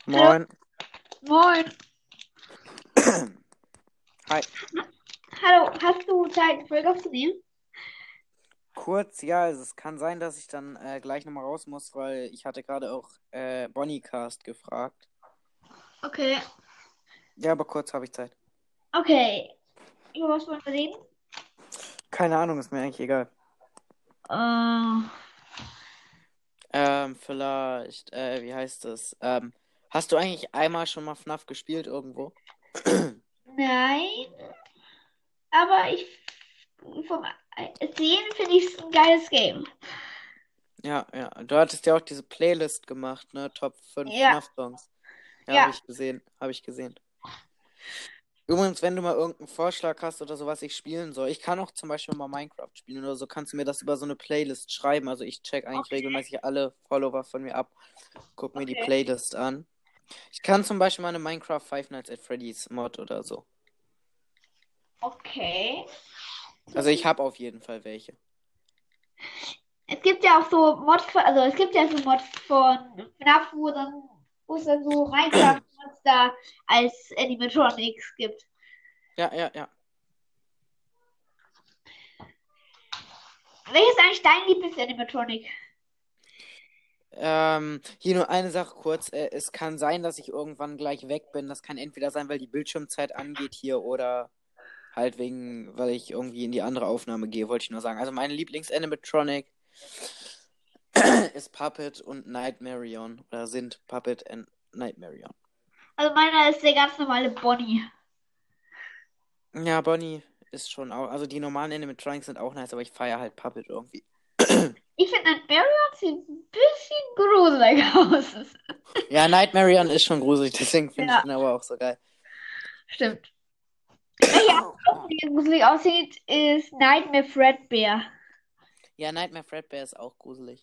Hallo, Moin. moin. Hi. Hallo, hast du Zeit, eine Folge aufzunehmen? Kurz, ja, also es kann sein, dass ich dann gleich nochmal raus muss, weil ich hatte gerade auch Bonnycast gefragt. Okay, Ja, aber kurz habe ich Zeit. okay. Über was wollen wir reden? Keine Ahnung, ist mir eigentlich egal. Äh, Vielleicht, wie heißt es? Hast du eigentlich einmal schon mal FNAF gespielt irgendwo? nein, aber vom Sehen finde ich es ein geiles Game. Ja, ja. Du hattest ja auch diese Playlist gemacht, ne? Top 5 Ja, FNAF-Songs. Ja, habe ja. ich gesehen. Habe ich gesehen. Übrigens, wenn du mal irgendeinen Vorschlag hast oder so, was ich spielen soll, ich kann auch zum Beispiel mal Minecraft spielen oder so, kannst du mir das über so eine Playlist schreiben. Also ich check eigentlich Okay, regelmäßig alle Follower von mir ab, guck mir die okay. Playlist an. Ich kann zum Beispiel mal eine Minecraft Five Nights at Freddy's Mod oder so. Okay. Also ich habe auf jeden Fall welche. Es gibt ja auch so Mods, also es gibt ja so Mods von FNAF, wo es dann so Minecraft-Monster als Animatronics gibt. Ja, ja, ja. Welches ist eigentlich dein Lieblings-Animatronic? Hier nur eine Sache kurz. Es kann sein, dass ich irgendwann gleich weg bin. Das kann entweder sein, weil die Bildschirmzeit angeht hier oder halt wegen, weil ich irgendwie in die andere Aufnahme gehe, wollte ich nur sagen. Also mein Lieblings-Animatronic ist Puppet und Nightmarion. Oder sind Puppet und Nightmarion. Also meiner ist der ganz normale Bonnie. Ja, Bonnie ist schon auch. Also die normalen Animatronics sind auch nice, aber ich feiere halt Puppet irgendwie. Ich finde Nightmarion sieht ein bisschen gruselig aus. Ja, Nightmarion ist schon gruselig, deswegen finde ich Ja, den aber auch so geil. stimmt. Welcher auch gruselig aussieht, ist Nightmare Fredbear. Ja, Nightmare Fredbear ist auch gruselig.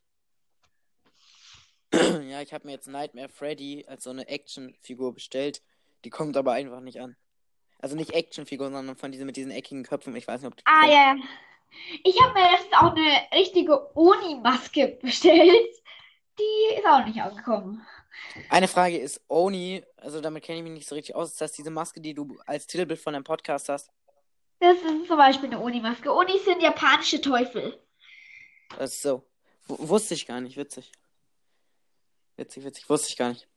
Ja, ich habe mir jetzt Nightmare Freddy als so eine Actionfigur bestellt. Die kommt aber einfach nicht an. Also nicht Actionfigur, sondern von diesen mit diesen eckigen Köpfen. Ich weiß nicht, ob du die Ah kennst. ja, ja. Ich habe mir letztens auch eine richtige Oni-Maske bestellt. Die ist auch nicht angekommen. Eine Frage ist, Oni, also damit kenne ich mich nicht so richtig aus, ist das diese Maske, die du als Titelbild von deinem Podcast hast? Das ist zum Beispiel eine Oni-Maske. Onis sind japanische Teufel. Das ist so. Wusste ich gar nicht, witzig. Witzig, witzig, wusste ich gar nicht.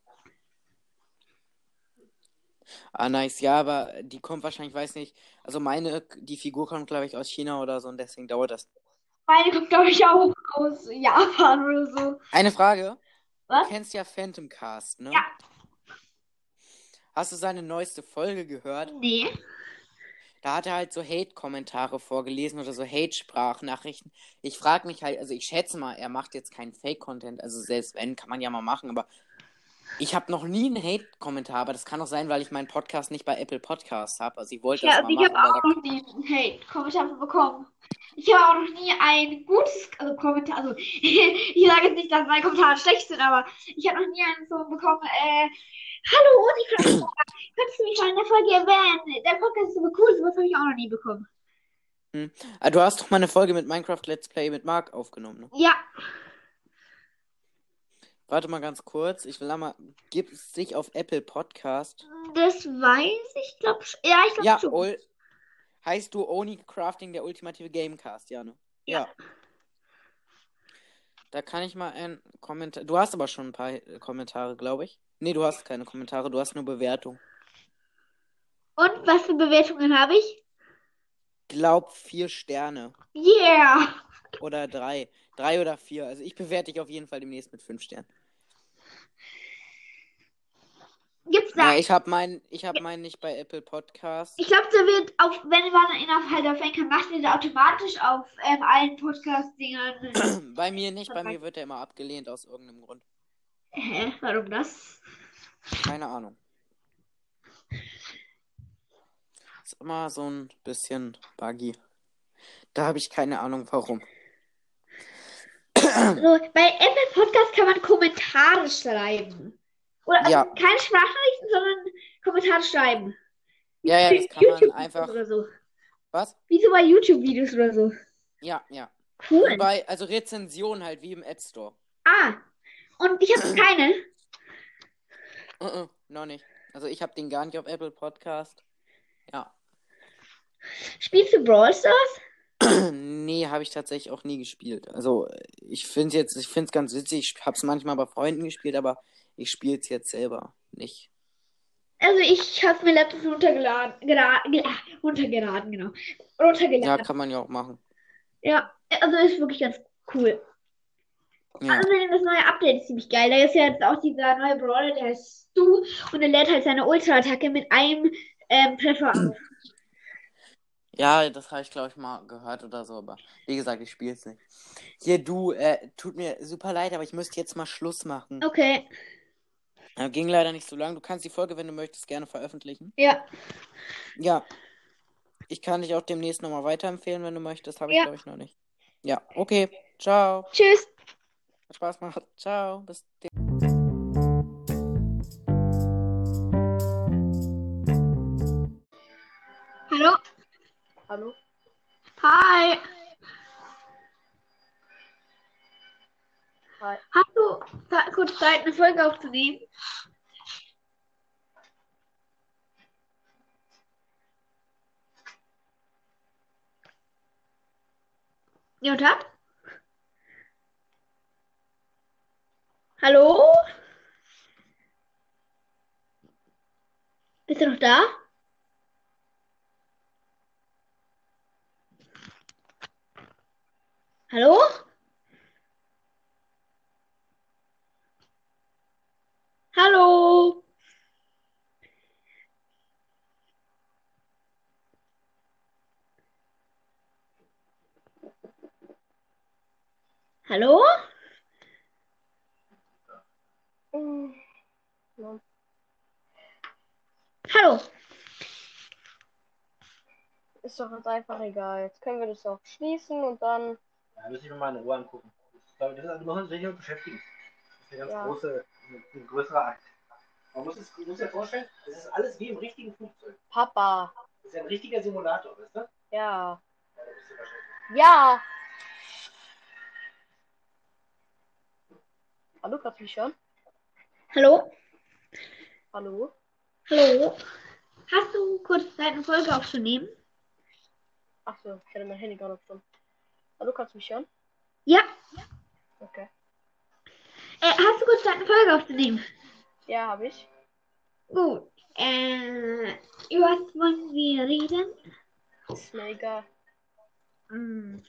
Ah, nice, ja, aber die kommt wahrscheinlich, weiß nicht. Also die Figur kommt, glaube ich, aus China oder so und deswegen dauert das. Meine kommt, glaube ich, auch aus Japan oder so. Eine Frage. Du Was? kennst ja Phantom Cast, Ja, ne? Hast du seine neueste Folge gehört? nee. Da hat er halt so Hate-Kommentare vorgelesen oder so Hate-Sprachnachrichten. Ich frage mich halt, also ich schätze mal, er macht jetzt keinen Fake-Content, also selbst wenn, kann man ja mal machen, aber ich habe noch nie einen Hate-Kommentar, aber das kann auch sein, weil ich meinen Podcast nicht bei Apple Podcasts habe. Also ich wollte das Ja, mal ich habe machen, weil da... auch noch nie einen Hate-Kommentar bekommen. Ich habe auch noch nie ein gutes Kommentar, also ich sage jetzt nicht, dass meine Kommentare schlecht sind, aber ich habe noch nie einen so bekommen, hallo Unicraft, könntest du mich mal in der Folge erwähnen? Der Podcast ist super cool, sowas habe ich auch noch nie bekommen. Ah, du hast doch mal eine Folge mit Minecraft Let's Play mit Marc aufgenommen, ne? Ja, Warte mal ganz kurz, ich will einmal... Gibt es dich auf Apple Podcast? das weiß ich, glaube ja, ich glaube Ja, schon. heißt du Oni Crafting, der ultimative Gamecast, ja, ne? Ja. Ja. Da kann ich mal einen Kommentar. Du hast aber schon ein paar Kommentare, glaube ich. Nee, du hast keine Kommentare, du hast nur Bewertung. Und was für Bewertungen habe ich? Glaub 4 Sterne. Yeah! Oder 3. 3 oder 4. Also ich bewerte dich auf jeden Fall demnächst mit 5 Sternen. Gibt's da Ja, ich hab meinen nicht bei Apple Podcast. Ich glaube, der wird auf, wenn man ihn auf halt auf Enker macht, wird er automatisch auf allen Podcast-Dingern. Bei mir nicht, bei mir wird er immer abgelehnt aus irgendeinem Grund. Hä? Warum das? Keine Ahnung. Ist immer so ein bisschen buggy. Da habe ich keine Ahnung warum. Also, bei Apple Podcast kann man Kommentare schreiben. Oder also Ja, keine Sprachnachrichten, sondern Kommentare schreiben. Wie ja, bei das kann man YouTube-Videos einfach. oder so. Was? Wie so bei YouTube-Videos oder so. Ja, ja. Wie Cool. also Rezensionen halt, wie im App Store. Ah, und ich habe keine. Noch nicht. Also ich habe den gar nicht auf Apple Podcast. Ja. Spielst du Brawl Stars? Nee, habe ich tatsächlich auch nie gespielt. Also ich finde es ganz witzig. Ich habe es manchmal bei Freunden gespielt, aber ich spiele es jetzt selber nicht. Also ich habe mir letztens runtergeladen, genau. Ja, Runtergeladen. kann man ja auch machen. Ja, also ist wirklich ganz cool. Ja. Außerdem das neue Update ist ziemlich geil. Da ist ja jetzt auch dieser neue Brawler, der heißt Stu und der lädt halt seine Ultra-Attacke mit einem Treffer auf. Ja, das habe ich, glaube ich, mal gehört oder so, aber wie gesagt, ich spiele es nicht. Hier, du, tut mir super leid, aber ich müsste jetzt mal Schluss machen. Okay, Ging leider nicht so lang. Du kannst die Folge, wenn du möchtest, gerne veröffentlichen. ja, Ja, ich kann dich auch demnächst nochmal weiterempfehlen, wenn du möchtest. Habe ich, ja. glaube ich, noch nicht. Ja, okay. Ciao. Tschüss. Hat Spaß gemacht. Ciao. Bis Hallo. Hallo? Hi. Hi. Hast du kurz Zeit, eine Folge aufzunehmen? Jutta? Hallo? Bist du noch da? Hallo? Hallo? Hallo? Ja. Hallo? Ist doch jetzt einfach egal. Jetzt können wir das auch schließen und dann. Ja, müssen wir mal in Ruhe angucken. Ich glaube, das ist, also, wir müssen uns richtig beschäftigen. Das ist eine Ja. ein größerer Akt. Man muss sich ja vorstellen, das ist alles wie im richtigen Flugzeug. Papa. Das ist ja ein richtiger Simulator, weißt du? Ja. Ja, da bist du wahrscheinlich. Ja. Hallo, kannst du mich hören? Hallo? Hallo? Hallo? Hast du kurz Zeit, eine Folge aufzunehmen? Achso, ich hatte mein Handy gerade auf schon. Hallo, kannst du mich hören? Ja. Okay. Hast du kurz Zeit, eine Folge aufzunehmen? Ja, habe ich. Gut. Über was wollen wir reden? Ist mir egal. Hm.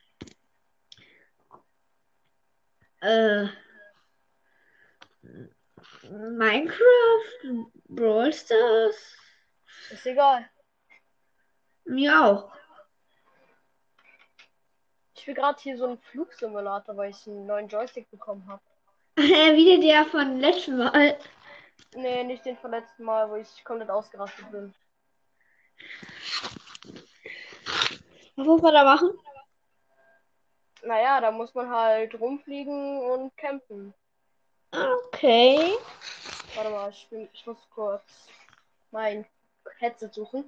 Minecraft? Brawl Stars? Ist egal. Mir auch. Ich will gerade hier so einen Flugsimulator, weil ich einen neuen Joystick bekommen habe. Wieder der von letzten Mal. Nee, nicht den vom letzten Mal, wo ich komplett ausgerastet bin. Was muss man da machen? Naja, da muss man halt rumfliegen und campen. Okay. Warte mal, ich muss kurz mein Headset suchen.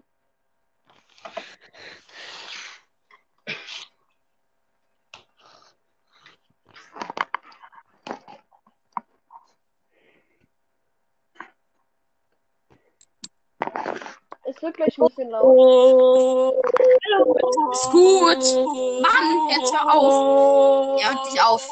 Es wird gleich ein bisschen laut. Ist gut. Mann, jetzt hör auf. Ja, und dich auf.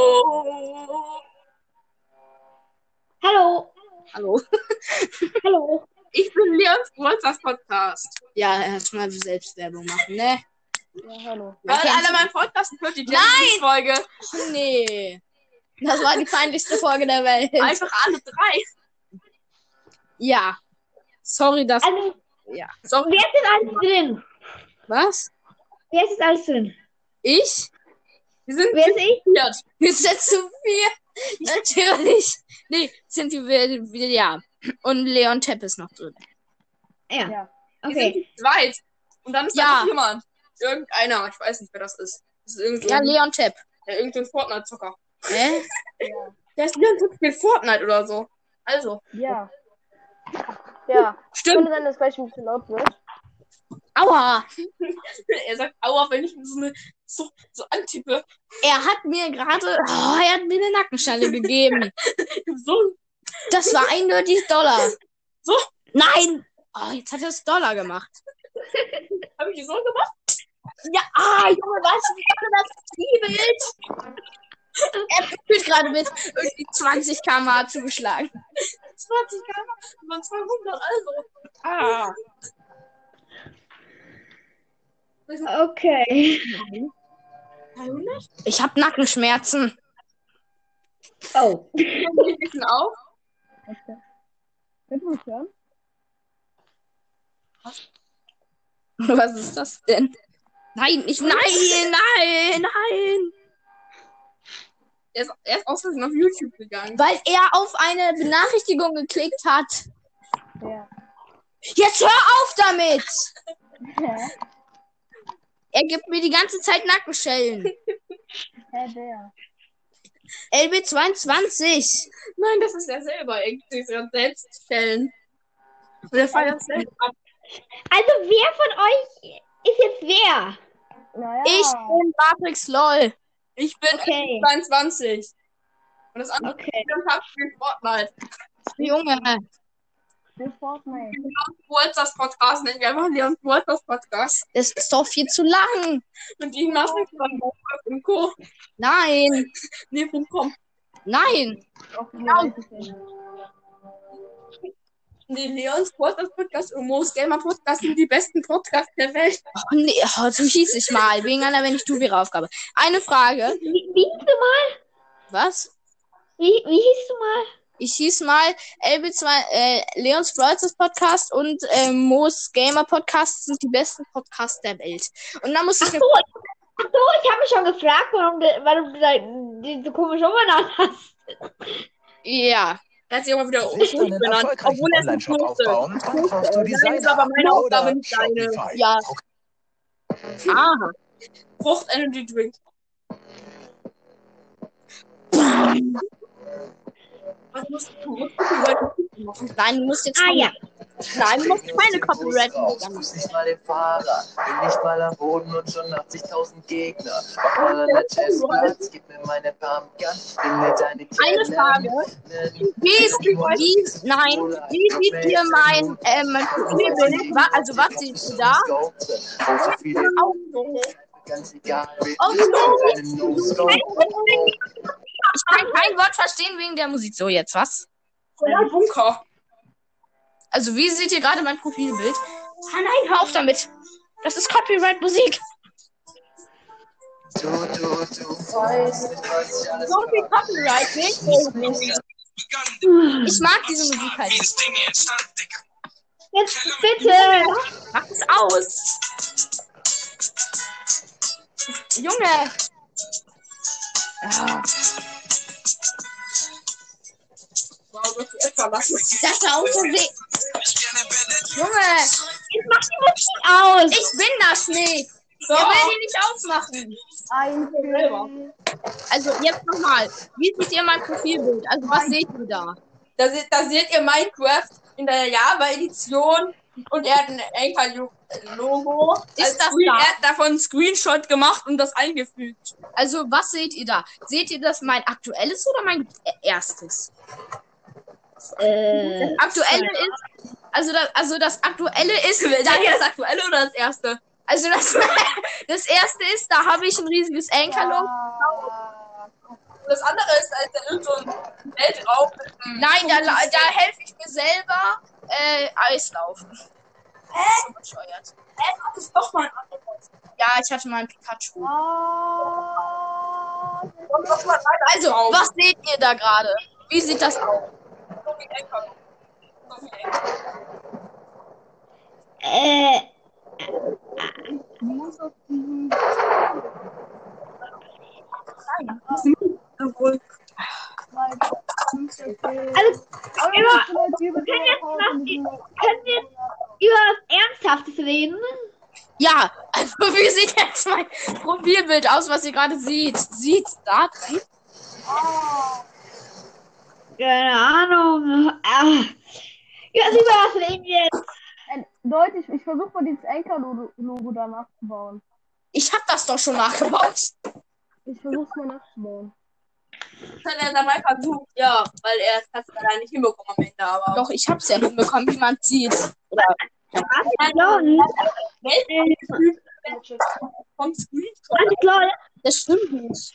Hallo. Hallo. Hallo. Ich bin Leons Geburtstags Podcast. Ja, erstmal Selbstwerbung machen, ne? Ja, hallo. Hört alle meinen Podcast und hört die Folge. Nee. Das war die peinlichste Folge der Welt. Einfach alle drei. Ja. Sorry, dass. Also, Ja. Sorry. wer ist jetzt alles drin? Was? Wer ist jetzt alles drin? Ich? Wir sind Wer ist ich? viert. Jetzt setzt zu viel. Natürlich. Nee, sind wir, ja. Und Leon Tepp ist noch drin. Ja. Ja. Wir Okay. sind zweit. Und dann ist da Ja. noch jemand. Irgendeiner. Ich weiß nicht, wer das ist. Das ist irgend so Ja, ein, Leon Tepp. irgendein Fortnite-Zocker. Hä? Der ist Leon Tipp spielt Fortnite oder so. Also. Ja. Ja. Stimmt. Könnte sein, dass gleich ein bisschen laut wird. Aua. Er sagt aua, wenn ich so antippe. Er hat mir eine Nackenschelle gegeben. So. Das war eindeutig Dollar. So? Nein! Oh, jetzt hat er es Dollar gemacht. Habe ich die so gemacht? Ja, Junge, weißt du, wie das Zielbild? Er fühlt gerade mit irgendwie 20 km/h zugeschlagen. 20 km, über 200, also. Okay. 300? Ich habe Nackenschmerzen. Oh. Die wissen auch. Könnt ihr mich hören? Was ist das denn? Nein, nein! Er ist aus Versehen auf YouTube gegangen. Weil er auf eine Benachrichtigung geklickt hat. Ja. Jetzt hör auf damit! Hä? Er gibt mir die ganze Zeit Nackenschellen. Wer? LB22. Nein, das ist er selber. Er gibt sich selbst stellen. Und er feiert selbst ab. Also, wer von euch ist jetzt wer? Naja. Ich bin Matrix LOL. Ich bin Okay. 22. Und das andere Okay. spielt Fortnite. Junge. Für Fortnite. Walters Podcast, nennen wir einfach Leon Walters Podcast. Das ist doch viel zu lang. Und die Nachrichten von Wolfgang und Co. Nein. Nee, .com. Nein. Auch die weiß ich nicht. Nee, Leons Walters Podcast und Mo's Gamer Podcast sind die besten Podcasts der Welt. Oh, nee, so hieß ich mal. Wegen einer Wenn ich du wäre Aufgabe. Eine Frage. Wie hieß du mal? Was? Wie hieß du mal? Ich hieß mal LB2, Leons Brothers Podcast und Mo's Gamer Podcast sind die besten Podcasts der Welt. Und dann muss ich... Ach so, ich habe mich schon gefragt, warum du die so komisch umbenannt hast. Ja. Er hat sich aber wieder Willst du einen benannt, erfolgreichen obwohl er es nicht Online-Shop wusste. aufbauen? Dann brauchst du Nein, ist Designer aber meine Aufgabe, oder nicht deine. Shopify. Ja. Aha. Frucht Energy Drink. Was musst du tun? Nein, du musst jetzt... Ja. Nein, du musst keine Bus Copyright raus, grüß nicht mal den Fahrer, bin nicht mal am Boden und schon 80.000 Gegner. Mach mal an der Chessplatz, gib mir meine Pumpgun, nimm mir deine Eine Frage. Wie sieht hier mein Profilbild? Also, was seht ihr da? Ganz egal, Ich kann kein Wort verstehen wegen der Musik. So, jetzt was? Bunker. Also, wie seht ihr gerade mein Profilbild? Ah nein, hör auf damit. Das ist Copyright-Musik. Du weißt nicht, was ich alles So viel Copyright nicht. Ich mag diese Musik halt nicht. Jetzt bitte. Mach es aus. Junge. Ja. Wow, das ist etwa was. Das war aus Versehen. Junge. Jetzt mach die Musik aus. Ich bin das nicht. So. Ich will die nicht ausmachen. Selber. Also, jetzt nochmal. Wie seht ihr mein Profilbild? Also, was seht ihr da? Da seht ihr Minecraft in der Java-Edition und er hat ein Anchor-Logo. Ist das Er da? hat davon einen Screenshot gemacht und das eingefügt. Also, was seht ihr da? Seht ihr das mein aktuelles oder mein erstes? Das aktuelle ist. Also das aktuelle ist. Daniel, das aktuelle oder das erste? Also das erste ist, da habe ich ein riesiges Anchor-Logo. Das andere ist halt irgend so ein Weltraum. Nein, da helfe ich mir selber Eislaufen. So bescheuert. Das ist doch mal ein anderes. Ja, ich hatte mal ein Pikachu. Und das war leider Also, was seht ihr da gerade? Wie sieht das aus? so wie Anchor. So wie Können wir jetzt über was Ernsthaftes reden? Ja, also wie sieht jetzt mein Profilbild aus, was ihr gerade seht? Sieht's da? Keine Ahnung. Ja, also über was reden wir jetzt? Leute, ich versuche mal dieses Anchor-Logo da nachzubauen. Ich hab das doch schon nachgebaut. Ich versuche es mal nachzubauen. hat er dabei versucht, ja, weil er hat es leider nicht hinbekommen am Ende, aber. Doch, ich hab's ja hinbekommen, wie man sieht. Oder Vom Screenshot. Lol, das stimmt nicht.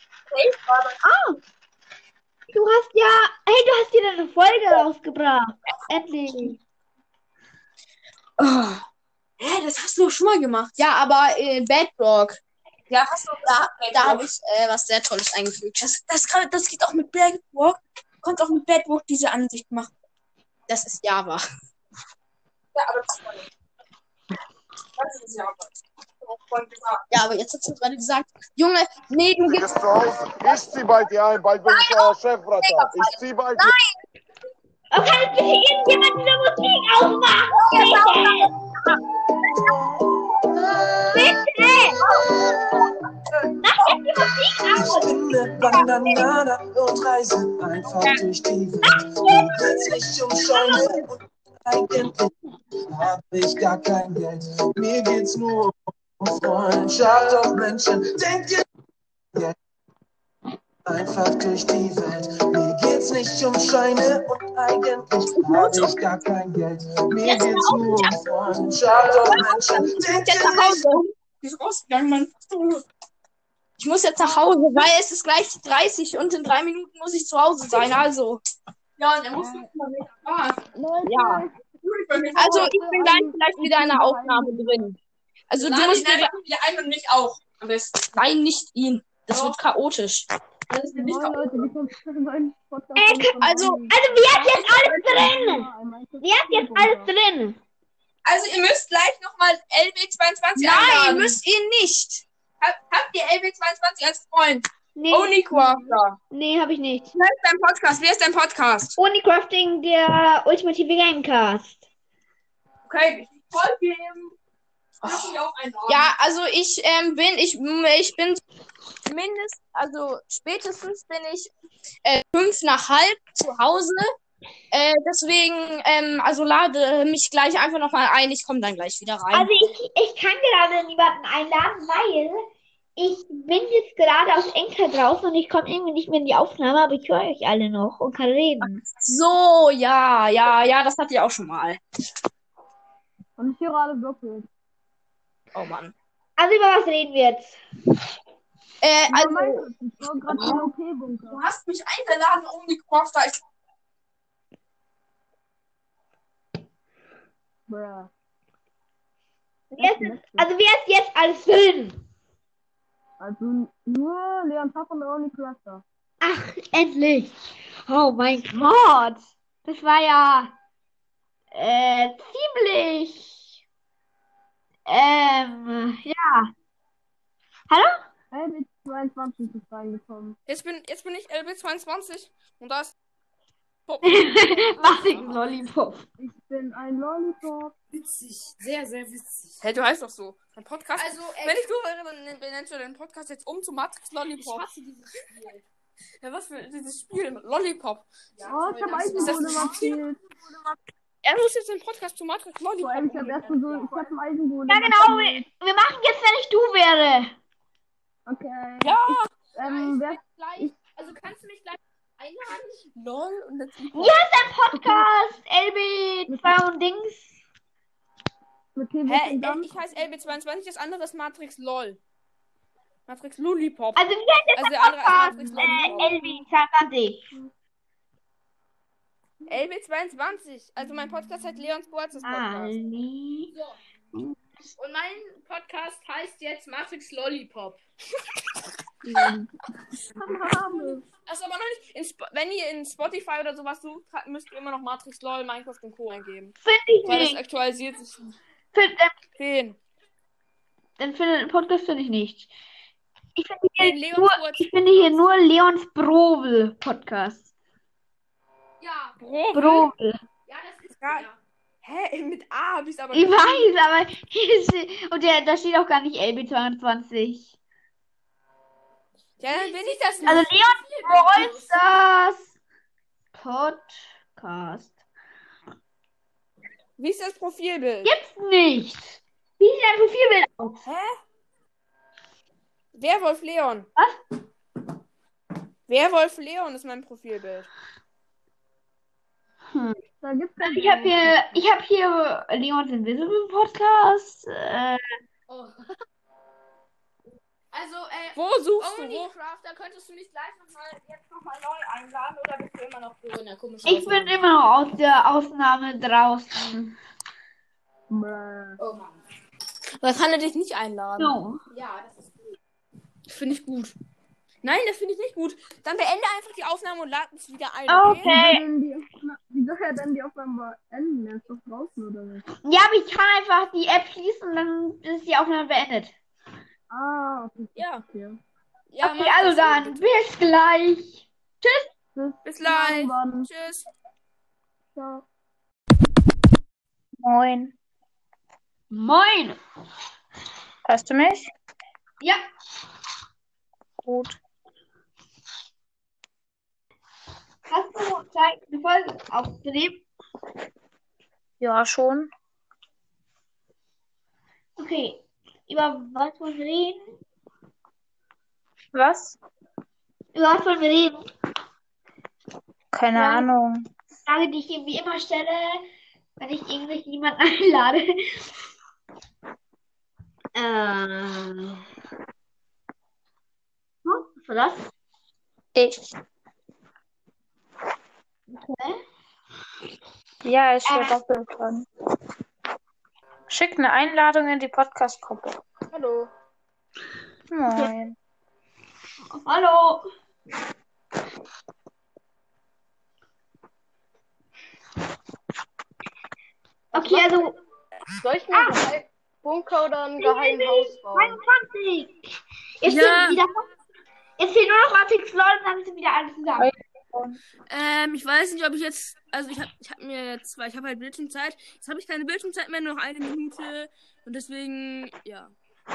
du hast dir eine Folge rausgebracht. Endlich. Oh. Hä, das hast du doch schon mal gemacht. Ja, aber Bedrock, Ja, hast du da habe ich was sehr Tolles eingefügt. Das geht auch mit Bedrock. Du kannst auch mit Bedrock diese Ansicht machen. Das ist Java. Ja, aber das war nicht. Das ist ja Ja, aber jetzt hast du gerade gesagt, Junge, nee, du gibst. Bist zu Hause? Ich zieh bei dir ein, bald bin ich euer Chefretter. Ich zieh bei dir. Oh, kann jetzt bitte irgendjemand diese Musik ausmachen? Bitte! Mach jetzt die Musik aus! Ich bin eine Bananana und reise einfach durch die Welt. Mir geht's nicht um Scheine und eigentlich habe ich gar kein Geld. Mir geht's nur um Freundschaft auf Menschen. Denkt ihr jetzt einfach durch die Welt. Mir geht's nicht um Scheine und eigentlich habe ich gar kein Geld. Mir geht's nur um Freundschaft auf Menschen. Denkt ihr nicht? Die ist rausgegangen, Mann. Ich muss jetzt nach Hause, weil es ist gleich 30 und in 3 Minuten muss ich zu Hause sein. Also, Ja, und er muss mal wieder fahren. ja. Also, ich bin gleich vielleicht wieder in der Aufnahme drin. Also, du musst mir wir ein und mich auch. Am besten. Nein, nicht ihn. Das wird chaotisch. Das ist nicht Moin Leute, wie kommt in meinen Podcast? Also, Wer hat jetzt alles drin? Wer hat jetzt alles drin? Also, ihr müsst gleich nochmal LB22 nein, einladen. müsst ihr nicht. Habt ihr LB22 als Freund? Nee, Unicrafter. nee, hab ich nicht. Wer ist dein Podcast? Wer ist dein Podcast? Unicrafting, der ultimative Gamecast. Okay, voll geben. Lass mich auch einladen. Ja, also ich bin zumindest, also spätestens bin ich 5:30 zu Hause. Deswegen, also lade mich gleich einfach nochmal ein. Ich komme dann gleich wieder rein. Also ich kann gerade niemanden einladen, weil ich bin jetzt gerade aus Enker draußen und ich komme irgendwie nicht mehr in die Aufnahme, aber ich höre euch alle noch und kann reden. So, ja, das hatte ich auch schon mal. Und ich höre alle doppelt. Oh Mann. Also über was reden wir jetzt? Also, Ich baue gerade den OP-Bunker. Du hast mich eingeladen, Unicrafter. Bruh. Wer ist jetzt alles drin? Also nur Leon Papp und Only Cluster. Ach, endlich. Oh mein Gott. Das war ja ziemlich ja. Hallo? Mit 22 ist reingekommen. Jetzt bin ich LB22 und da ist Mach ich einen Lollipop. Ich bin ein Lollipop. Witzig. Sehr, sehr witzig. Hey, du heißt doch so. Dein Podcast. Also, wenn ich du wäre, dann benennst du den Podcast jetzt um zu Matrix Lollipop. Ich hasse dieses Spiel. Ja, was für dieses Spiel? Lollipop. Oh, ich habe ist das Eisenbohne ein markiert. Er muss jetzt den Podcast zu Matrix Vor Lollipop. allem, ich habe einen Eisenbohne. Ja genau, wir machen jetzt, wenn ich du wäre. Okay. Ja. Wer Gleich, also kannst du mich gleich einladen? Lol und jetzt Wie heißt dein Podcast? LB2 und Dings. mit dem Hä? dann? Ich heiße LB22, das andere ist Matrix LOL. Matrix Lollipop. Also wie heißt Also der der andere ist Podcast? Matrix Lollipop. LB22. LB22. Also mein Podcast heißt Leons Boazes Podcast. Ali. Und mein Podcast heißt jetzt Matrix Lollipop. Achso, aber noch nicht. Wenn ihr in Spotify oder sowas sucht, müsst ihr immer noch Matrix LOL, Minecraft und Co. eingeben. Finde ich Weil das nicht. aktualisiert sich. Den Den. Podcast finde ich nicht. Ich finde Den hier, Leons nur, Boazes ich finde hier nur Leons Brovel Podcast. Ja, Bro. Brovel. ja, das ist Ja. ja. Hä? Mit A hab ich's aber Ich weiß, aber hier ist, und da steht auch gar nicht LB22. Ja, dann bin ich das nicht. Also Leon Ballstars Podcast. Wie ist das Profilbild? Gibt's nicht. Wie sieht dein Profilbild aus? Hä? Werwolf Leon. Werwolf Leon ist mein Profilbild. Da gibt's kein Ich hab hier Leons Invisible Podcast. Oh. Also, Wo suchst du? Only Wo? Crafter, könntest du nicht gleich jetzt nochmal neu einladen oder bist du immer noch so in der komischen Ich bin Aufnahme? immer noch aus der Ausnahme draußen. Oh Mann. Da kann er dich nicht einladen. So. Ja, das ist gut. Finde ich gut. Nein, das finde ich nicht gut. Dann beende einfach die Aufnahme und lad uns wieder ein. Okay. Wie soll er denn die Aufnahme beenden? Er ist doch draußen, oder nicht? Ja, aber ich kann einfach die App schließen und dann ist die Aufnahme beendet. Ah, okay. Ja. Okay. Ja, Okay, mach also das so, dann, bitte. bis gleich. Bis gleich. Irgendwann. Tschüss. Ciao. Moin. Moin. Hörst du mich? Ja, Gut. hast du Zeit, eine Folge aufzunehmen? Ja, schon. Okay. Über was wollen wir reden? Was? Über was wollen wir reden? Keine Ja. Ahnung. Frage, die ich irgendwie immer stelle, wenn ich irgendwie jemanden einlade. Was war das? Ich. Okay. Ja, ich will doppelt dran. Schick eine Einladung in die Podcast-Gruppe. Hallo. Moin. Hallo. Okay, also Soll ich einen geheimen Bunker oder ein geheimes Haus bauen? 21. Jetzt Ja. sind wieder. Jetzt fehlen nur noch 20 Leute und dann sind wieder alle zusammen. Ich weiß nicht, ob ich jetzt, also ich hab mir jetzt, weil ich habe halt Bildschirmzeit, jetzt habe ich keine Bildschirmzeit mehr, nur noch 1 Minute und deswegen, ja.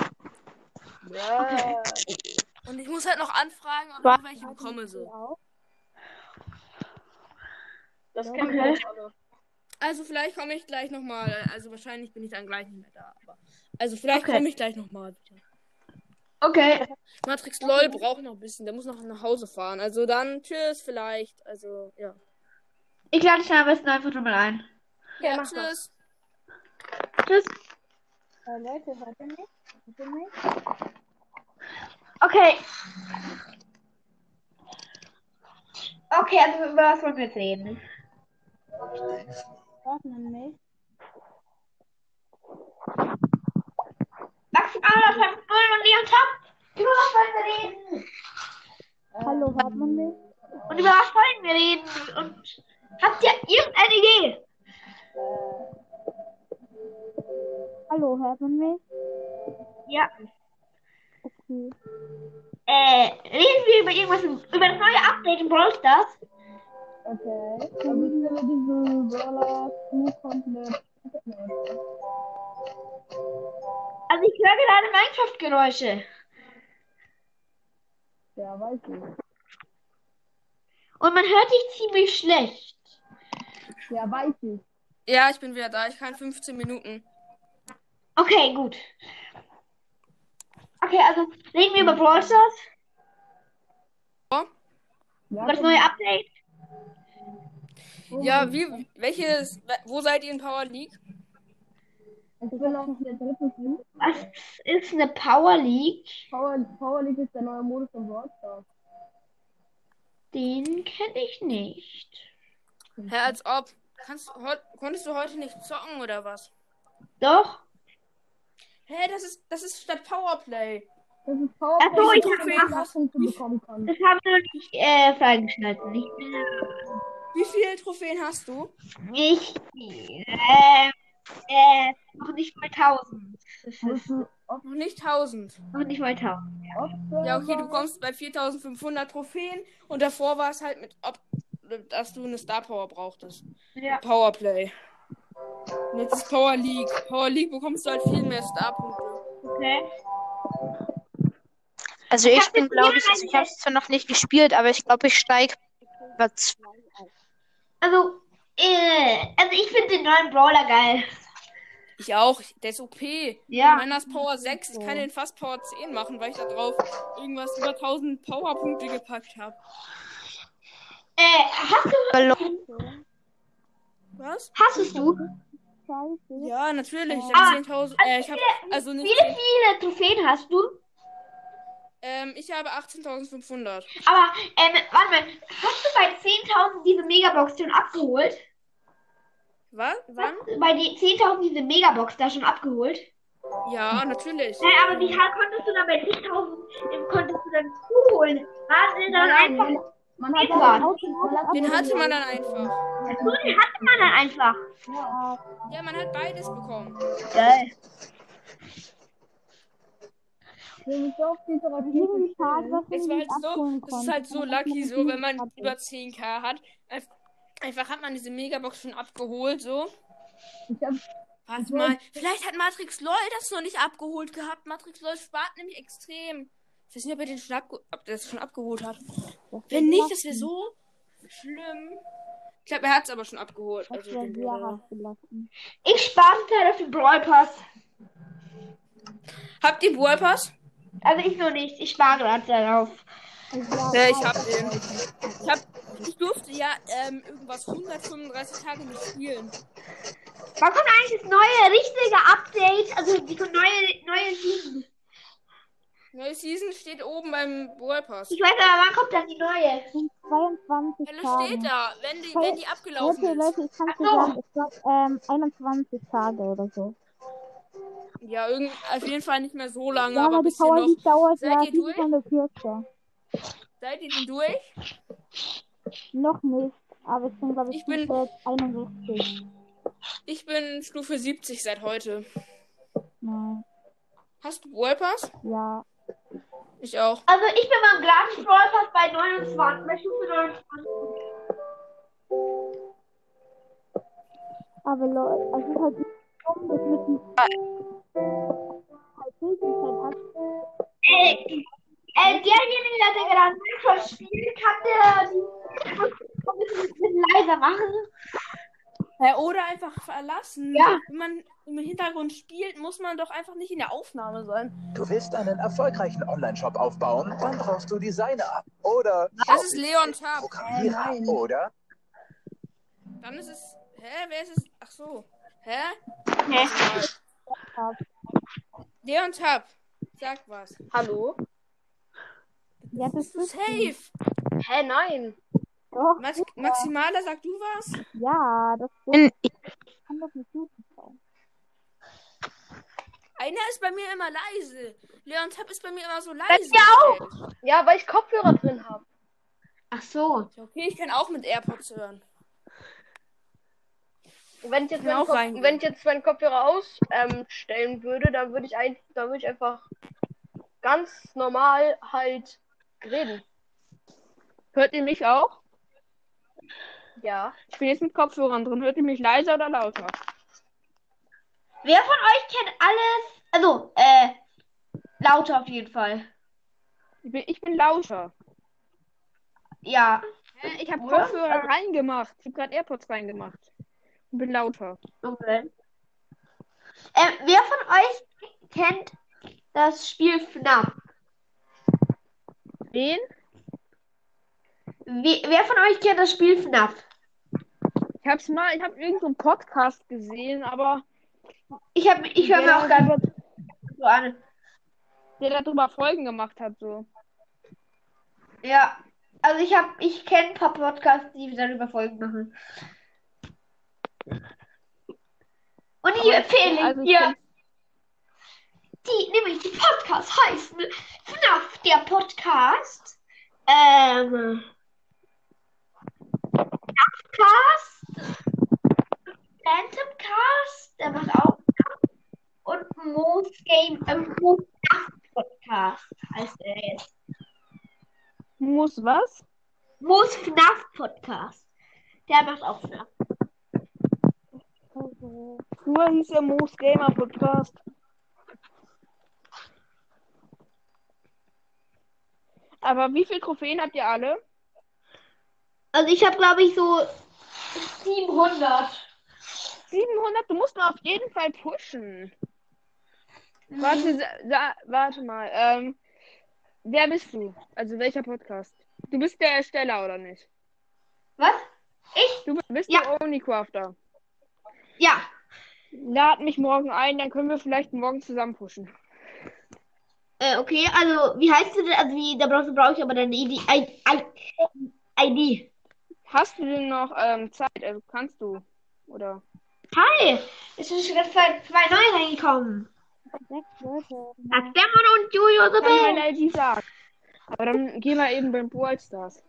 Ja. Und ich muss halt noch anfragen, ob ich welche bekomme, so. Das kennen Okay. wir alle. Also vielleicht komme ich gleich nochmal, also wahrscheinlich bin ich dann gleich nicht mehr da, aber, also vielleicht Okay. komme ich gleich nochmal wieder. Okay. Matrix LOL braucht noch ein bisschen, der muss noch nach Hause fahren, also dann, tschüss vielleicht, also, ja. Ich lade dich am besten einfach nur mal ein. Ja, Ja, mach das. tschüss. Tschüss. Leute, hört ihr mich? Hört ihr mich? Okay. Okay, also über was wollen wir jetzt reden? Warten an mich. Maximal 5 und Leon Top. Über was wollen wir reden? Hallo, hört man mich? Und über was wollen wir reden? Und habt ihr irgendeine Idee? Hallo, hört man mich? Ja. Okay. Reden wir über irgendwas, über das neue Update in Brawl Stars? Okay. Also ich will diese Brawler komplett. Also ich höre gerade Minecraft-Geräusche. Ja, weiß ich. Und man hört dich ziemlich schlecht. Ja, weiß ich. Ja, ich bin wieder da, ich kann 15 Minuten. Okay, gut. Okay, also reden wir über Brawl Stars? Ja, Über das neue Update? Ja, wo seid ihr in Power League? ich will auch der dritte Team. Was ist eine Power League? Power League ist der neue Modus von Brawl Stars. Den kenne ich nicht. Hä, als ob. Konntest du heute nicht zocken oder was? Doch? Hä, das ist statt Powerplay. Das ist Power Ach so, Play, ich wo hab man gemacht. Punkte bekommen kann. Das haben wir noch nicht freigeschalten. Wie viele Trophäen hast du? Noch nicht mal 1000. Das ist Noch nicht 1000. noch nicht mal 1000. Ja, okay, du bekommst bei 4500 Trophäen und davor war es halt dass du eine Star Power brauchtest. Ja. Powerplay. Und jetzt ist Power League. Power League bekommst du halt viel mehr Star-Punkte. Okay. Also Ich ich hab bin, jetzt glaube ich, jemanden ich habe es zwar noch nicht gespielt, aber ich glaube, ich steige über 2 auf. Also ich finde den neuen Brawler geil. Ich auch. Der ist OP. Ja. Meiner ist Power 6. Ich kann den fast Power 10 machen, weil ich da drauf irgendwas über 1000 Powerpunkte gepackt habe. Hast du. Was? Hast du? Ja, natürlich. Ich Ah, habe 10.000. Ich habe also nicht. Wie viele Trophäen hast du? Ich habe 18.500. Aber, warte mal, hast du bei 10.000 diese Megabox schon abgeholt? Was? Wann? Hast du bei die 10.000 diese Megabox da schon abgeholt? Ja, natürlich. Aber wie konntest du dann bei 10.000 konntest du dann zuholen? War denn dann einfach. Man hat Den hatte man dann einfach. So, den hatte man dann einfach. Ja, man hat beides bekommen. Geil. Es ist halt so lucky, so wenn man über 10.000 hat. Einfach hat man diese Megabox schon abgeholt, so. Warte mal, vielleicht hat Matrix LOL das noch nicht abgeholt gehabt. Matrix LOL spart nämlich extrem. Ich weiß nicht, ob er den schon abgeholt hat. Wenn nicht, das wäre so schlimm. Ich glaube, er hat es aber schon abgeholt. Also Ich spare halt auf den Brawl Pass. Habt ihr Brawl Pass? Also ich noch nicht. Ich spare gerade darauf. Ja, ich hab den. Ich durfte ja irgendwas 135 Tage nicht spielen. Wann kommt eigentlich das neue, richtige Update? Also die neue Season. Neue Season steht oben beim Brawl Pass. Ich weiß aber, wann kommt dann die neue? 22 Ja, das Tage. steht da, wenn die abgelaufen ist. Leute, ich kann dir sagen, ich glaube 21 Tage oder so. Ja, auf jeden Fall nicht mehr so lange, Ja, aber aber ein die bisschen Power noch. League dauert Seid ja ihr durch? 7 kürzer. Seid ihr denn durch? Noch nicht, aber ich bin, glaube Ich ich, bin- Stufe 61. Ich bin Stufe 70 seit heute. Nein, Hast du Brawl Pass? ja. Ich auch. Also ich bin beim gratis Brawl Pass bei 29, bei Stufe 29. Aber Leute, also es ist halt nicht dumm, das mit dem halt Bildschirmzeit hat. Derjenige, der gerade Minecraft spielt, kann der die ein bisschen leiser machen. Ja, oder einfach verlassen. Ja. Wenn man im Hintergrund spielt, muss man doch einfach nicht in der Aufnahme sein. Du willst einen erfolgreichen Online-Shop aufbauen? Dann brauchst du Designer oder Das ist Leon Tab. Programmierer oder Dann ist es. Hä? Wer ist es? Ach so. Hä? Leon Tab. Sag was. Hallo? Ja, das Bist du ist safe? Hä, nein. doch. Maximaler, sag du was? Ja, das ist. Ich kann doch nicht YouTube schauen. Einer ist bei mir immer leise. Leon Tab ist bei mir immer so leise. Ja, weil ich Kopfhörer drin habe. Ach so. Okay, ich kann auch mit AirPods hören. Wenn ich jetzt Kann auch reingehen. wenn ich jetzt meinen Kopfhörer ausstellen würde, dann würde ich einfach ganz normal halt reden. Hört ihr mich auch? Ja. Ich bin jetzt mit Kopfhörern drin. Hört ihr mich leiser oder lauter? Wer von euch kennt alles? Also, lauter auf jeden Fall. Ich bin lauter. Ja. Ich habe Oder? Kopfhörer reingemacht. Ich habe gerade AirPods reingemacht. Und bin lauter. Okay. Wer von euch kennt das Spiel FNAF? Wen? Wer von euch kennt das Spiel FNAF? Ich habe irgendeinen so Podcast gesehen, aber Ich höre mir auch gar nicht so an. der darüber Folgen gemacht hat, so. Ja. Also ich kenne ein paar Podcasts, die darüber Folgen machen. Und ich empfehle also ich dir, nämlich die Podcasts heißen FNAF, der Podcast, Cast, Phantomcast, der macht auch FNAF, und Moos Podcast heißt er jetzt. Muss was? Moos FNAF Podcast. Der macht auch FNAF. Früher hieß der Moos Gamer Podcast. Aber wie viele Trophäen habt ihr alle? Also ich habe, glaube ich, so 700. 700, du musst mal auf jeden Fall pushen. Warte mal. Wer bist du? Also welcher Podcast? Du bist der Ersteller, oder nicht? Was? Ich? Du bist Ja. der Onlycrafter. Ja. Lad mich morgen ein, dann können wir vielleicht morgen zusammen pushen. Okay, also, wie heißt du denn? Also, da brauche ich aber deine ID. Hast du denn noch Zeit? Also kannst du? Oder? Hi! Es sind schon ganz zwei neue reingekommen. Demon und Jojo Ich the kann Bell. meine ID sagen. Aber dann geh mal eben beim Brawl Stars.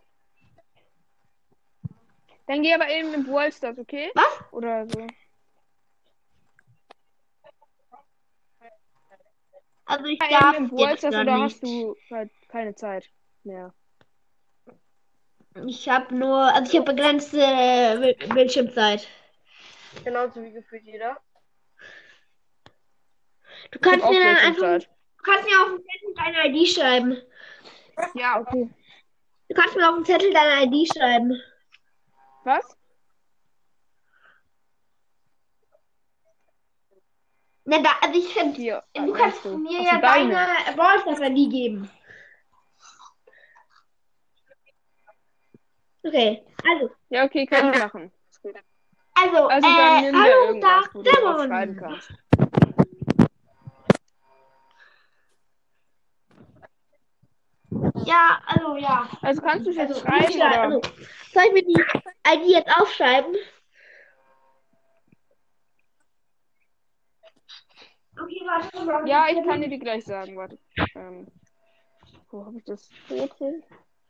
Dann geh aber eben im Brawl Stars, okay? Was? Oder so. Also, ich Ja, darf eben im Brawl jetzt Stars gar oder nicht. hast du halt keine Zeit mehr? Ich habe begrenzte Bildschirmzeit. Genauso wie gefühlt jeder. Du kannst auch mir dann einfach, Bildschirmzeit. du kannst mir auf den Zettel deine ID schreiben. Ja, okay. Du kannst mir auf den Zettel deine ID schreiben. Was? Also ich finde, Hier. du kannst mir Hast ja du deine? deine Brawlstars-ID geben. Okay, also, Ja, okay, kann ich machen. also dann nimm dir hallo, irgendwas, Tag, wo du drauf Demon. schreiben kannst. Ja, also, ja. Also kannst du es jetzt Also, schreiben, oder? also, soll ich mir die ID jetzt aufschreiben? Okay, warte. Ja, ich kann dir die gleich sagen, warte. Wo habe ich das Foto?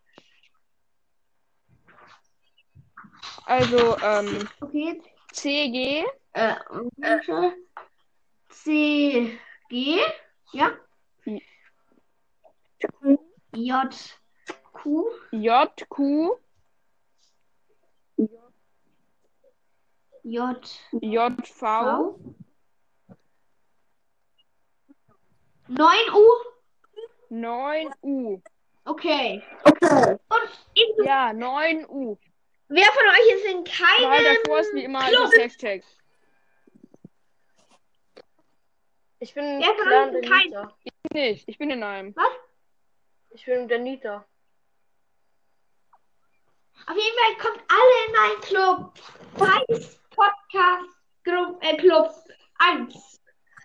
Also, Okay, CG, CG, ja? JQ, JQ, JV, JV, 9U. 9U. Okay. Und Ja, 9U. wer von euch ist in Weil keinem davor ist wie immer Club? das Hashtag. Ich bin Wer von Clan euch der ist kein... Nita. Nicht, ich bin in einem. Ich bin der Nita. Auf jeden Fall kommt alle in meinen Club. Heiß Podcast Club 1.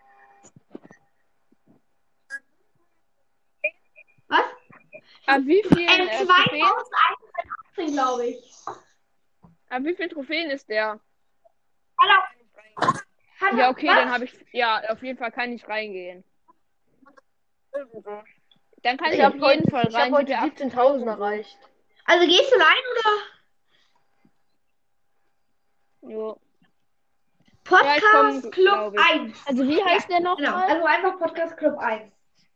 Was? Ab wie vielen Trophäen? 2018, glaube ich. Ab wie vielen Trophäen ist der? Hallo. Ja, okay, Was? dann habe ich. Ja, auf jeden Fall kann ich reingehen. Dann kann ich auf jeden Fall Ich habe rein. heute 17.000 erreicht. Also gehst du rein oder? Jo. Podcast ich komm, Club glaub ich. 1. Also wie heißt der noch Genau, mal? also einfach Podcast Club 1.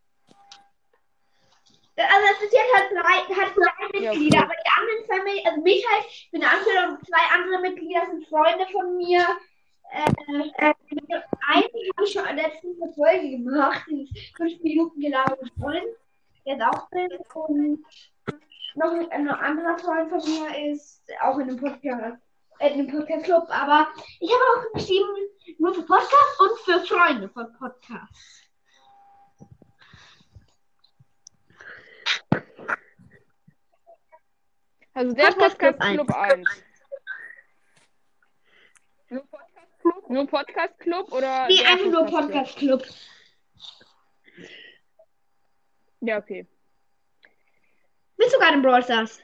Also es ist jetzt halt drei Ja, Mitglieder, okay. aber die anderen zwei, also mich halt, ich bin der Anführer und zwei andere Mitglieder sind Freunde von mir. Eigentlich habe ich schon letztens eine Folge gemacht, die 5 Minuten gelabert mit Freund, der ist auch drin, und noch ein anderer Freund von mir ist auch in einem Podcast Club, aber ich habe auch geschrieben, nur für Podcasts und für Freunde von Podcasts. Also der Podcast Podcast Club Club 1. Nur Podcast Club oder? Nee, der einfach nur Club? Podcast Club. Ja, okay. Bist du gerade in Brawl Stars?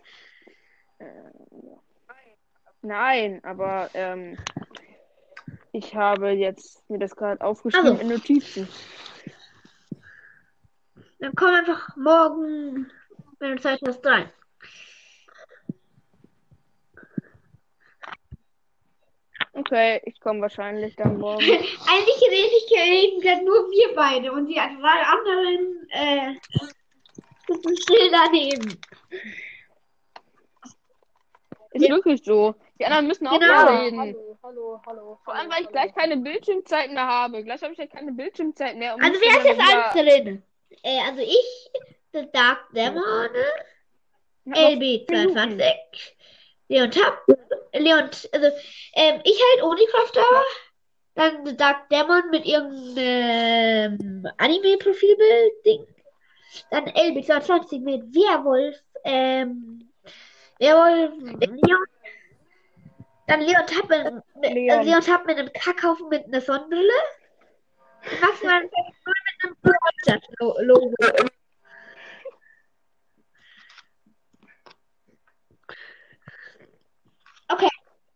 Nein, aber ich habe jetzt mir das gerade aufgeschrieben Also. in Notizen. Dann komm einfach morgen, wenn du Zeit hast, rein. Okay, ich komme wahrscheinlich dann morgen. Eigentlich reden gerade nur wir beide und die drei anderen sitzen still daneben. Ist wirklich so. Die anderen müssen auch Genau. mal reden. Hallo. Vor allem, weil ich gleich keine Bildschirmzeit mehr habe. Gleich habe ich ja keine Bildschirmzeit mehr. Also wer ist jetzt alles drin? Also ich, der Dark Demon, LB22, Leon, also ich halt Onlycrafter, Dann The Dark Demon mit irgendeinem Anime-Profilbild-Ding. Dann LB22 mit Werwolf, Leon. Dann Leon Tapp mit einem Kackhaufen mit einer Sonnenbrille. Maximal mit einem Freundschaft-Logo. Okay.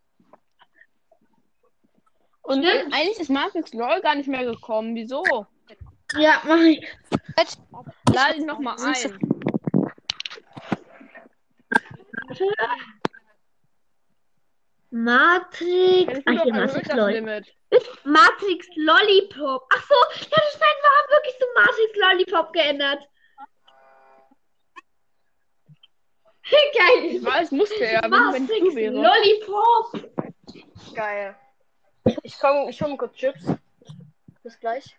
Und eigentlich ist Matrix LOL gar nicht mehr gekommen. Wieso? Ja, mach ich. Lade ihn nochmal ein. Matrix. Ach, hier Matrix LOL. Matrix Lollipop. Ach so, ja, das scheint, wir haben wirklich so Matrix Lollipop geändert. Geil. Ich weiß, musste er, wenn Matrix du wäre. Lollipop. Geil. Ich komm kurz Chips. Bis gleich.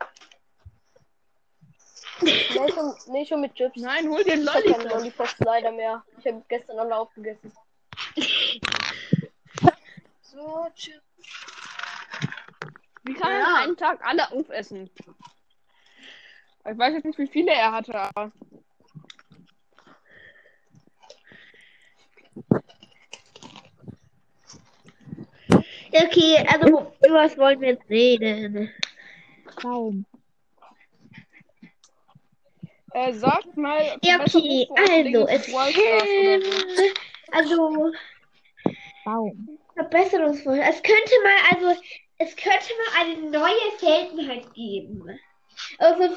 Nee, schon mit Chips. Nein, hol den Ich hab keine Lollipop. Lollipops leider mehr. Ich habe gestern alle aufgegessen. So, Chips. Wie kann er an einem Tag alle aufessen? Ich weiß jetzt nicht, wie viele er hatte, aber... Okay, also über was wollen wir jetzt reden? Baum. Sagt mal... Ja, okay, also also Baum. Verbesserungsvorschlag. Es könnte mal eine neue Seltenheit geben. Also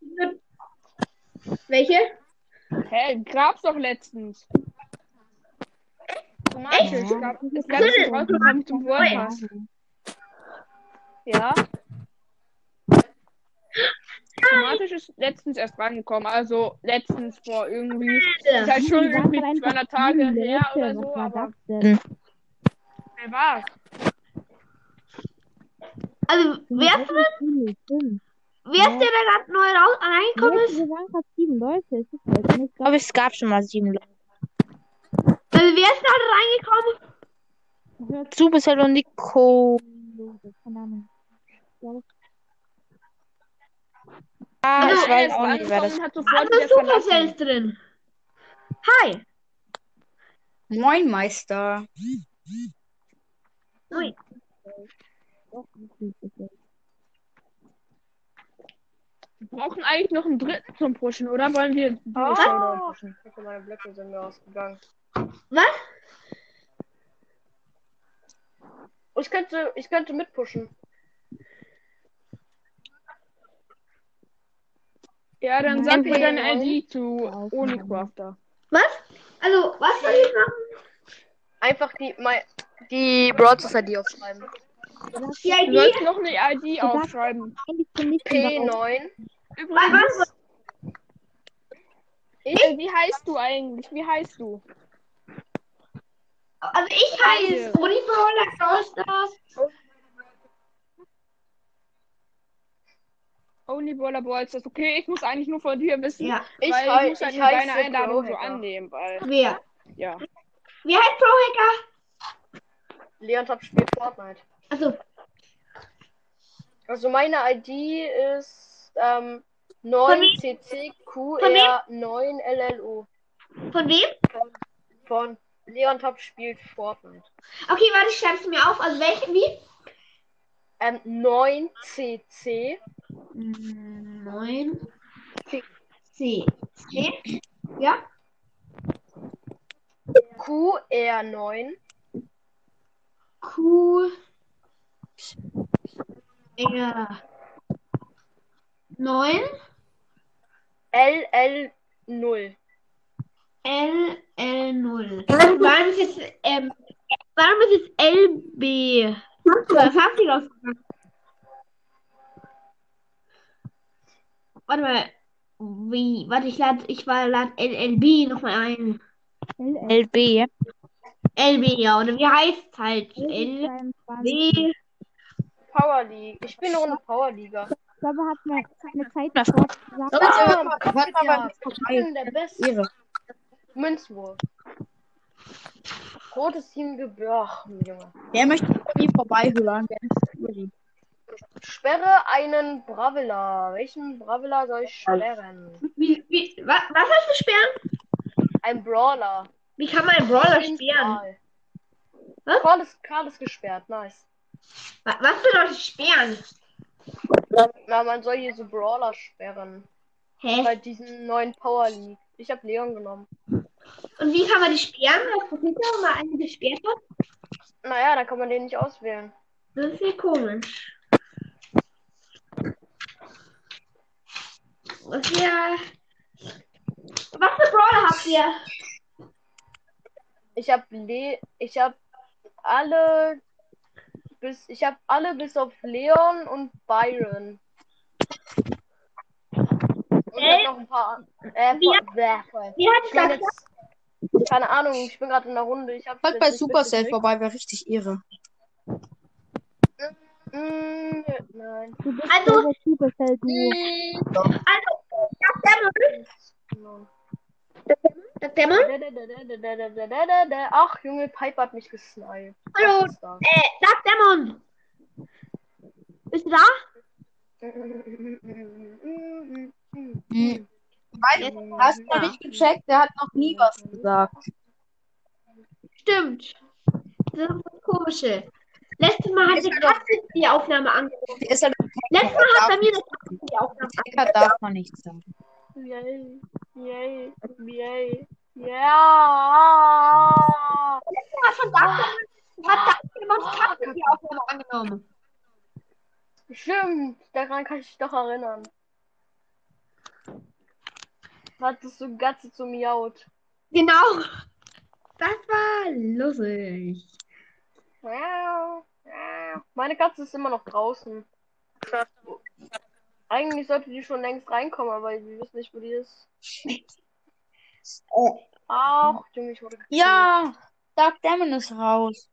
welche? Hä, gab's doch letztens. Echt? Es gab letztens rausgekommen zum World Pass. Ja. Automatisch ist letztens erst reingekommen, also letztens vor irgendwie, ist halt schon irgendwie 200 Tage her oder so, aber wer war's? Also wer ist der da gerade neu reingekommen ist? Wir waren gerade 7 Leute. Ich glaube, es gab schon mal 7 Leute. Also wer ist gerade reingekommen? Supercell und Nico. Keine Ahnung. Ah, ich weiß auch nicht, wer das hat sofort Also wieder Supercell verlassen. ist drin. Hi. Moin, Meister. Ui. Wir brauchen eigentlich noch einen dritten zum Pushen, oder wollen wir Showdown pushen? Okay, meine Blöcke sind mir ausgegangen. Was? Oh, ich könnte mitpushen. Ja, dann sag mir deine ID zu Onicrafter. Was? Also, was soll ich machen? Einfach die Broad Society aufschreiben. Die Du ID? sollst noch eine ID aufschreiben. P9. Was? Wie heißt du eigentlich? Wie heißt du? Also ich heiße Volleyball Stars. Onlyballer Balls, das ist okay. Ich muss eigentlich nur von dir wissen, Ja. weil ich muss halt ich nur deine heiße Einladung so Pro-Hacker. annehmen, weil, Wer? ja. Wie heißt Pro-Hacker? Leon Top spielt Fortnite. Also, Also meine ID ist 9CCQR9LLO. von wem? Von Leon Top spielt Fortnite. Okay, warte, ich schreibe es mir auf. Also welche? Wie? 9CC 9 C. Ja? QR9 Q R 9 LL0. LL0. Warum ist jetzt LB? Was habt ihr rausgegangen? Warte mal. Wie? Warte, ich lade LLB nochmal ein. LB. LB, ja. Oder wie heißt es halt? LB. Power League. Ich bin noch eine Power Liga. Ich glaube, hat eine Zeit davor gesagt. Ich bin der Beste. Ehre. Münzwurf. Rotes Team Gebirg, Junge. Wer möchte nie vorbeihören? Sperre einen Bravilla. Welchen Bravilla soll ich sperren? Was hast du sperren? Ein Brawler. Wie kann man einen Brawler Stimmt, sperren? Was? Karl ist gesperrt, nice. Was bedeutet sperren? Na, man soll hier so Brawler sperren. Hä? Bei diesem neuen Power League. Ich habe Leon genommen. Und wie kann man die sperren? Was passiert da, wenn man einen gesperrt hat? Naja, dann kann man den nicht auswählen. Das ist ja komisch. Was für Brawler habt ihr? Ich habe alle bis auf Leon und Byron. Und dann noch ein paar. Wie hat das? Keine Ahnung, ich bin gerade in der Runde. Halt bei Supercell vorbei, wäre richtig irre. Nein. Also, das Dämon? Ach, Junge, Piper hat mich gesniped. Hallo, Dark Dämon. Bist du da? Hast du nicht gecheckt? Der hat noch nie was gesagt. Stimmt. Das ist das Komische. Letztes Mal hat die Katze die Aufnahme angerufen. Letztes Mal hat bei mir das Katze die Aufnahme angerufen. Darf man nicht sagen. Yay. Ja. Letztes Mal von Dark Dämon die Katze die Aufnahme angenommen. Stimmt, daran kann ich mich doch erinnern. Hattest du Gatze zu miaut. Genau. Das war lustig. Meine Katze ist immer noch draußen. Eigentlich sollte die schon längst reinkommen, aber wir wissen nicht, wo die ist. Ach, Junge, ich wurde gekillt. Ja, Dark Dämon ist raus.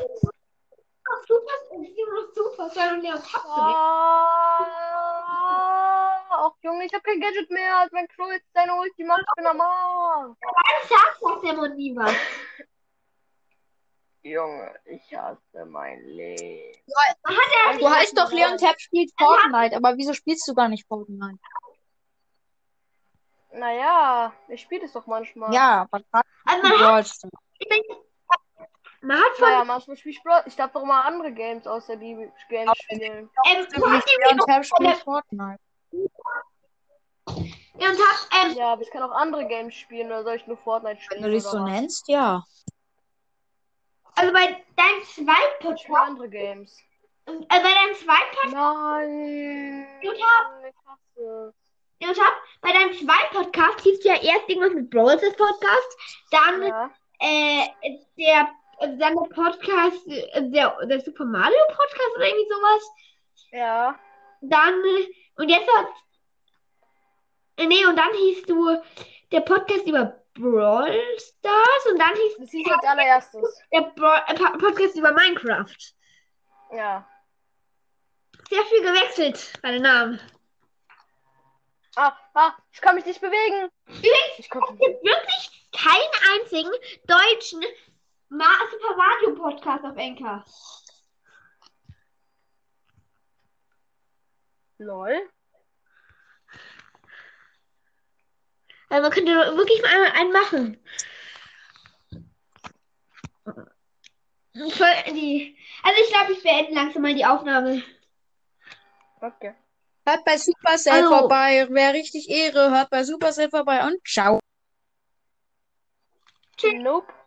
Ach, Junge, ich hab kein Gadget mehr. Als mein Crow jetzt seine Ulti macht, ich bin am Arsch. Sagt Dämon nie was. Junge, ich hasse mein Leben. Du heißt doch Leon Tab spielt Fortnite, aber wieso spielst du gar nicht Fortnite? Naja, ich spiele das doch manchmal. Ja, aber manchmal spiele ich Brawl. Ich darf doch mal andere Games außer die Games spielen. Leon Tab spielt Fortnite. Ja, aber ich kann auch andere Games spielen, oder soll ich nur Fortnite spielen? Wenn du dich so nennst, ja. Also bei deinem zweiten Podcast. Andere Games. Bei deinem zweiten Podcast. Nein. Bei deinem zweiten Podcast hieß ja erst irgendwas mit Brawl Stars Podcast, dann der Podcast, der Super Mario Podcast oder irgendwie sowas. Ja. Dann und dann hieß du der Podcast über Brawl Stars und dann hieß das als allererstes der Podcast über Minecraft. Ja. Sehr viel gewechselt bei den Namen. Ich kann mich nicht bewegen. Übrigens, es gibt wirklich keinen einzigen deutschen Super Mario Podcast auf Anchor. Lol. Also man könnte wirklich mal einen machen. Also ich glaube, ich beende langsam mal die Aufnahme. Okay. Hört bei Supercell vorbei. Wäre richtig Ehre. Hört bei Supercell vorbei und ciao. Nope.